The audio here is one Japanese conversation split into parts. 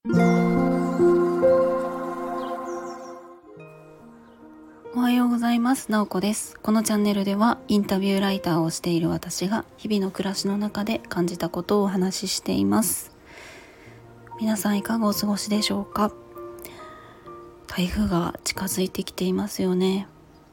おはようございます。なおこです。このチャンネルではインタビューライターをしている私が日々の暮らしの中で感じたことをお話ししています。皆さんいかがお過ごしでしょうか？台風が近づいてきていますよね。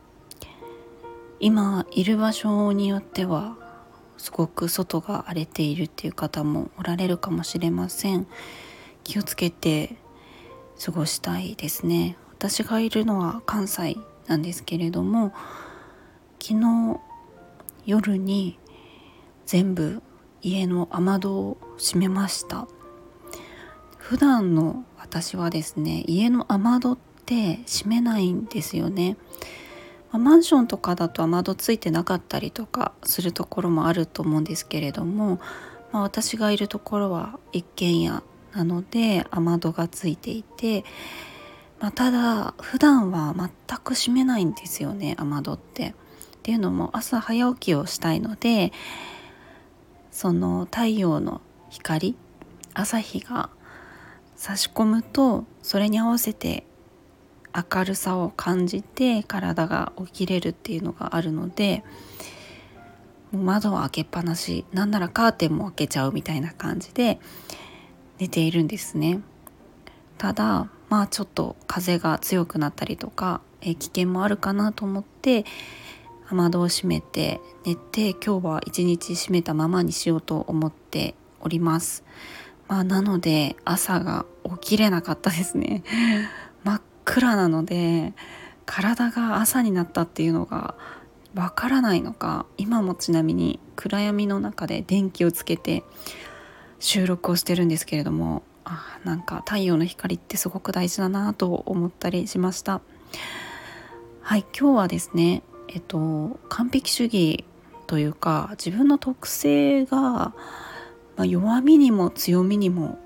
今いる場所によってはすごく外が荒れているっていう方もおられるかもしれません。気をつけて過ごしたいですね。私がいるのは関西なんですけれども、昨日夜に全部家の雨戸を閉めました。普段の私はですね、家の雨戸って閉めないんですよね。マンションとかだと雨戸ついてなかったりとかするところもあると思うんですけれども、私がいるところは一軒家なので雨戸がついていて、ただ普段は全く閉めないんですよね、雨戸って。っていうのも朝早起きをしたいので、その太陽の光、朝日が差し込むとそれに合わせて明るさを感じて体が起きれるっていうのがあるので、もう窓は開けっぱなし、なんならカーテンも開けちゃうみたいな感じで寝ているんですね。ただちょっと風が強くなったりとか危険もあるかなと思って雨戸を閉めて寝て、今日は一日閉めたままにしようと思っております。なので朝が起きれなかったですね。真っ暗なので体が朝になったっていうのがわからないのか、今もちなみに暗闇の中で電気をつけて収録をしてるんですけれども、なんか太陽の光ってすごく大事だなと思ったりしました。はい、今日はですね、完璧主義というか自分の特性が、弱みにも強みにも、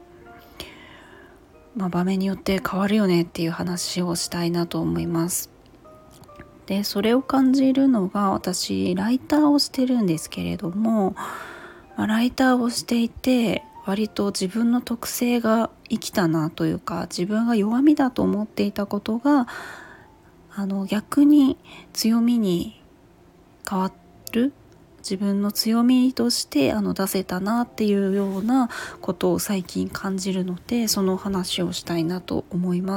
場面によって変わるよねっていう話をしたいなと思います。で、それを感じるのが、私ライターをしてるんですけれども、ライターをしていて割と自分の特性が生きたなというか、自分が弱みだと思っていたことが逆に強みに変わる、自分の強みとして出せたなっていうようなことを最近感じるので、その話をしたいなと思います。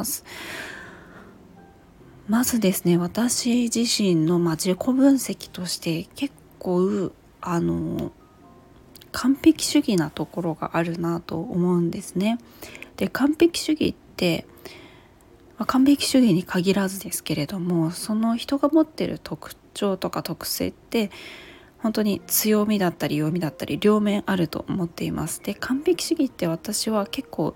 まずですね、私自身の自己分析として結構完璧主義なところがあるなと思うんですね。で、完璧主義って、完璧主義に限らずですけれども、その人が持っている特徴とか特性って本当に強みだったり弱みだったり両面あると思っています。で、完璧主義って私は結構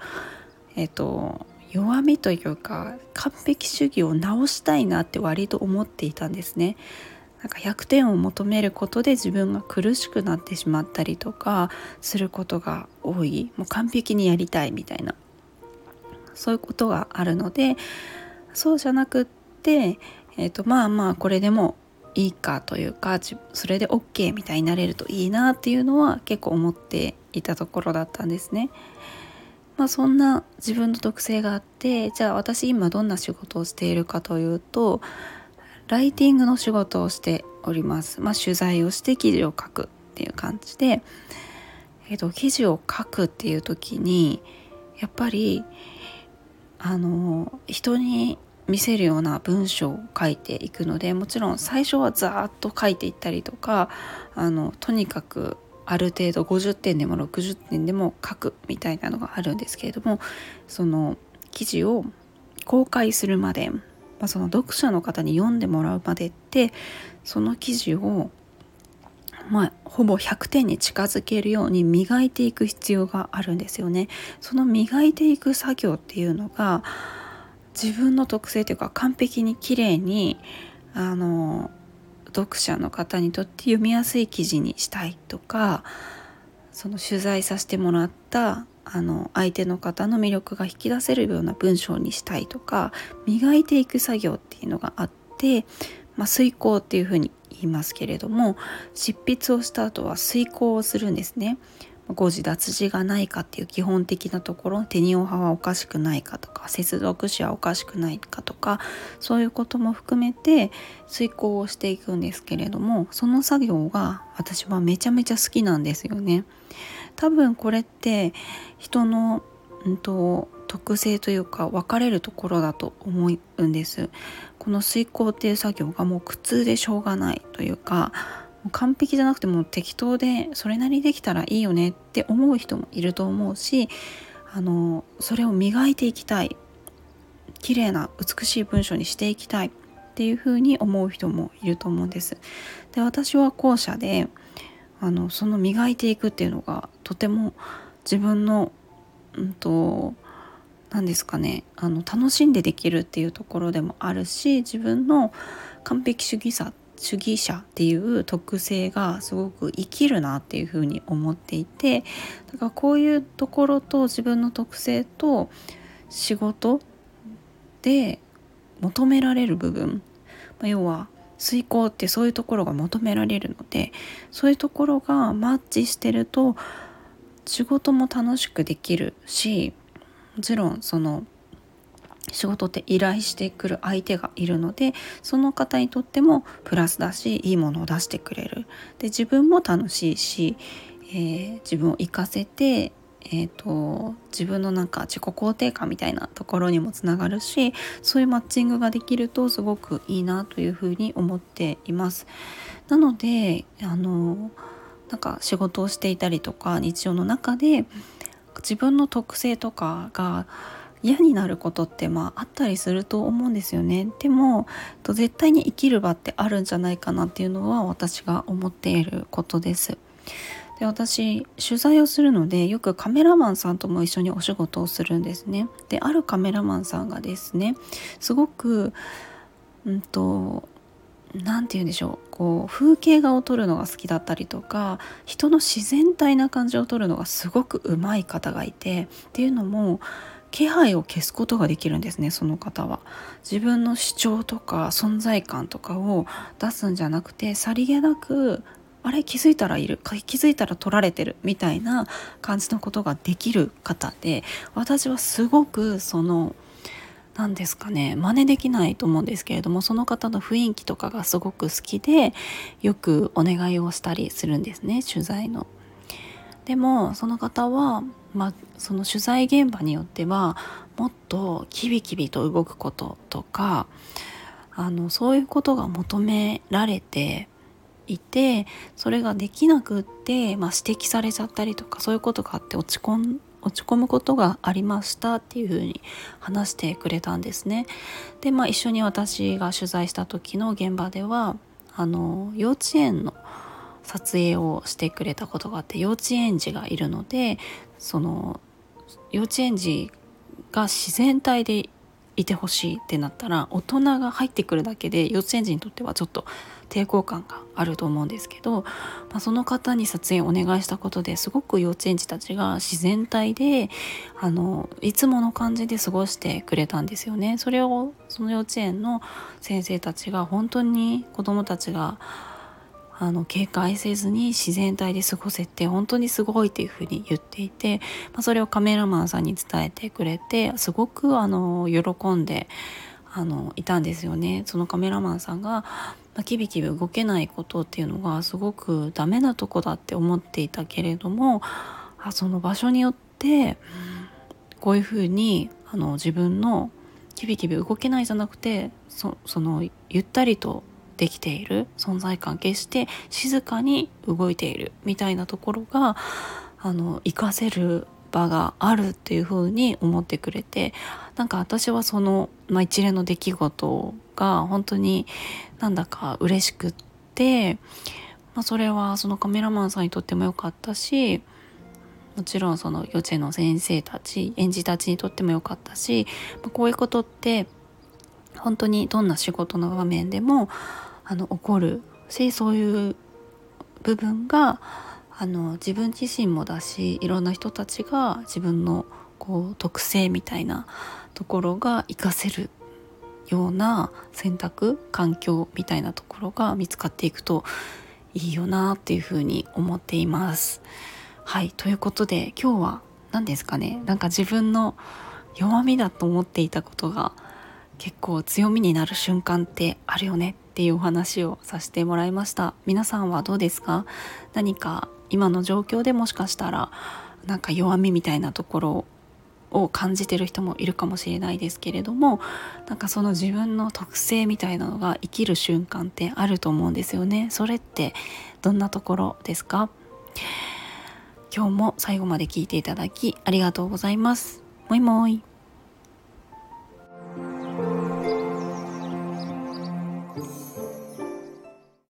弱みというか、完璧主義を直したいなって割と思っていたんですね。なんか100点を求めることで自分が苦しくなってしまったりとかすることが多い。もう完璧にやりたいみたいな、そういうことがあるので、そうじゃなくって、これでもいいかというか、それで OK みたいになれるといいなっていうのは結構思っていたところだったんですね。そんな自分の特性があって、じゃあ私今どんな仕事をしているかというと、ライティングの仕事をしております。取材をして記事を書くっていう感じで、記事を書くっていう時にやっぱり人に見せるような文章を書いていくので、もちろん最初はざーっと書いていったりとか、とにかくある程度50点でも60点でも書くみたいなのがあるんですけれども、その記事を公開するまで、その読者の方に読んでもらうまでって、その記事をほぼ100点に近づけるように磨いていく必要があるんですよね。その磨いていく作業っていうのが、自分の特性というか完璧に綺麗に読者の方にとって読みやすい記事にしたいとか、その取材させてもらった相手の方の魅力が引き出せるような文章にしたいとか、磨いていく作業っていうのがあって、遂行っていうふうに言いますけれども、執筆をした後は遂行をするんですね。 誤字脱字がないかっていう基本的なところ、テニオ派はおかしくないかとか、接続詞はおかしくないかとか、そういうことも含めて遂行をしていくんですけれども、その作業が私はめちゃめちゃ好きなんですよね。多分これって人の、特性というか分かれるところだと思うんです。この遂行っていう作業がもう苦痛でしょうがないというか、もう完璧じゃなくても適当でそれなりにできたらいいよねって思う人もいると思うし、それを磨いていきたい、綺麗な美しい文章にしていきたいっていうふうに思う人もいると思うんです。で、私は後者で、その磨いていくっていうのがとても自分の何ですかね、楽しんでできるっていうところでもあるし、自分の完璧主義者っていう特性がすごく生きるなっていうふうに思っていて、だからこういうところと自分の特性と仕事で求められる部分、要は遂行ってそういうところが求められるので、そういうところがマッチしてると仕事も楽しくできるし、もちろんその仕事って依頼してくる相手がいるので、その方にとってもプラスだし、いいものを出してくれる。で、自分も楽しいし、自分を活かせて、自分の自己肯定感みたいなところにもつながるし、そういうマッチングができるとすごくいいなというふうに思っています。なので仕事をしていたりとか日常の中で自分の特性とかが嫌になることってあったりすると思うんですよね。でも絶対に生きる場ってあるんじゃないかなっていうのは私が思っていることです。で、私取材をするのでよくカメラマンさんとも一緒にお仕事をするんですね。で、あるカメラマンさんがですね、すごくなんて言うんでしょう、風景画を撮るのが好きだったりとか、人の自然体な感じを撮るのがすごく上手い方がいて、っていうのも気配を消すことができるんですね。その方は自分の主張とか存在感とかを出すんじゃなくて、さりげなくあれ気づいたらいる、気づいたら撮られてるみたいな感じのことができる方で、私はすごくなんですかね、真似できないと思うんですけれども、その方の雰囲気とかがすごく好きで、よくお願いをしたりするんですね、取材の。でもその方は、その取材現場によってはもっとキビキビと動くこととか、そういうことが求められていて、それができなくって、指摘されちゃったりとか、そういうことがあって落ち込むことがありましたっていうふうに話してくれたんですね。で、一緒に私が取材した時の現場では幼稚園の撮影をしてくれたことがあって、幼稚園児がいるので、その幼稚園児が自然体でいてほしいってなったら、大人が入ってくるだけで幼稚園児にとってはちょっと抵抗感があると思うんですけど、その方に撮影をお願いしたことですごく幼稚園児たちが自然体でいつもの感じで過ごしてくれたんですよね。それをその幼稚園の先生たちが本当に子どもたちが警戒せずに自然体で過ごせて本当にすごいっていうふうに言っていて、それをカメラマンさんに伝えてくれて、すごく喜んでいたんですよね。そのカメラマンさんが、キビキビ動けないことっていうのがすごくダメなとこだって思っていたけれども、その場所によってこういうふうに自分のキビキビ動けないじゃなくて、そのゆったりとできている、存在感消して静かに動いているみたいなところが活かせる場があるっていう風に思ってくれて、私はその、一連の出来事が本当になんだか嬉しくって、それはそのカメラマンさんにとっても良かったし、もちろんその幼稚園の先生たち園児たちにとっても良かったし、こういうことって本当にどんな仕事の場面でも起こるし、そういう部分が自分自身もだし、いろんな人たちが自分の特性みたいなところが活かせるような選択環境みたいなところが見つかっていくといいよなっていうふうに思っています。 はい、ということで今日は何ですかね、なんか自分の弱みだと思っていたことが結構強みになる瞬間ってあるよねっていうお話をさせてもらいました。皆さんはどうですか？何か今の状況でもしかしたらなんか弱みみたいなところを感じてる人もいるかもしれないですけれども、なんかその自分の特性みたいなのが生きる瞬間ってあると思うんですよね。それってどんなところですか？今日も最後まで聞いていただきありがとうございます。もいもい。